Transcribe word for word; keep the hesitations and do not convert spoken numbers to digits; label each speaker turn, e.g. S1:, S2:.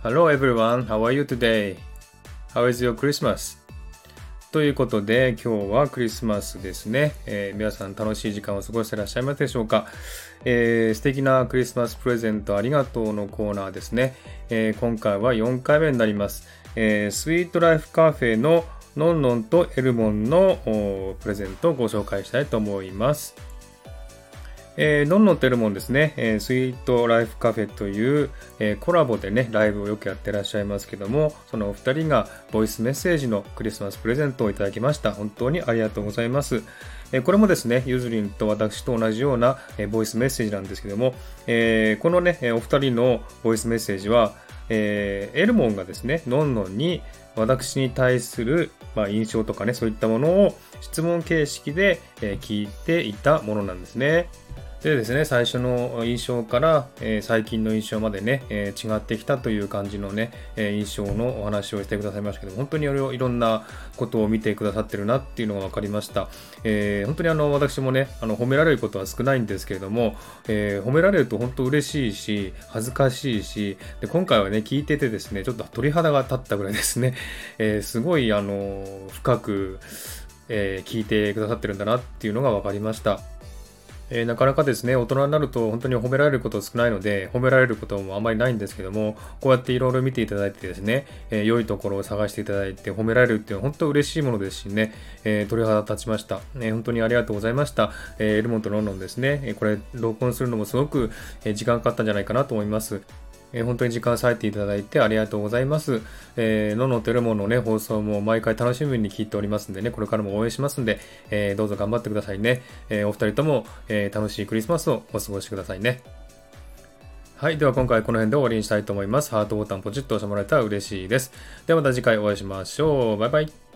S1: Hello everyone, how are you today? How is your Christmas? ということで今日はクリスマスですね、えー、皆さん楽しい時間を過ごしていらっしゃいますでしょうか、えー、素敵なクリスマスプレゼントありがとうのコーナーですね、えー、今回はよんかいめになります、えー、スイートライフカフェののんのんとエルモンのプレゼントをご紹介したいと思います。えー、のんのんとエルモンですね、えー、スイートライフカフェという、えー、コラボでねライブをよくやってらっしゃいますけども、そのお二人がボイスメッセージのクリスマスプレゼントをいただきました。本当にありがとうございます。えー、これもですねゆずりんと私と同じような、えー、ボイスメッセージなんですけども、えー、このねお二人のボイスメッセージは、えー、エルモンがですねのんのんに私に対する、まあ、印象とかねそういったものを質問形式で、えー、聞いていたものなんですね。でですね、最初の印象から、えー、最近の印象までね、えー、違ってきたという感じのね、えー、印象のお話をしてくださいましたけど、本当にいろいろんなことを見てくださってるなっていうのが分かりました。えー、本当にあの私もね、あの褒められることは少ないんですけれども、えー、褒められると本当嬉しいし、恥ずかしいし、で今回はね、聞いててですね、ちょっと鳥肌が立ったぐらいですね、えー、すごいあの深く、えー、聞いてくださってるんだなっていうのが分かりました。えー、なかなかですね、大人になると本当に褒められること少ないので、褒められることもあまりないんですけども、こうやっていろいろ見ていただいてですね、えー、良いところを探していただいて褒められるっていうのは本当嬉しいものですしね、えー、鳥肌立ちました、えー。本当にありがとうございました。えー、エルモンとロンドンですね、えー、これ録音するのもすごく時間かかったんじゃないかなと思います。えー、本当に時間割いていただいてありがとうございます。えー、ののてるものね、放送も毎回楽しみに聞いておりますんでね、これからも応援しますんで、えー、どうぞ頑張ってくださいね。えー、お二人とも、えー、楽しいクリスマスをお過ごしくださいね。はい。では今回この辺で終わりにしたいと思います。ハートボタンポチッと押してもらえたら嬉しいです。ではまた次回お会いしましょう。バイバイ。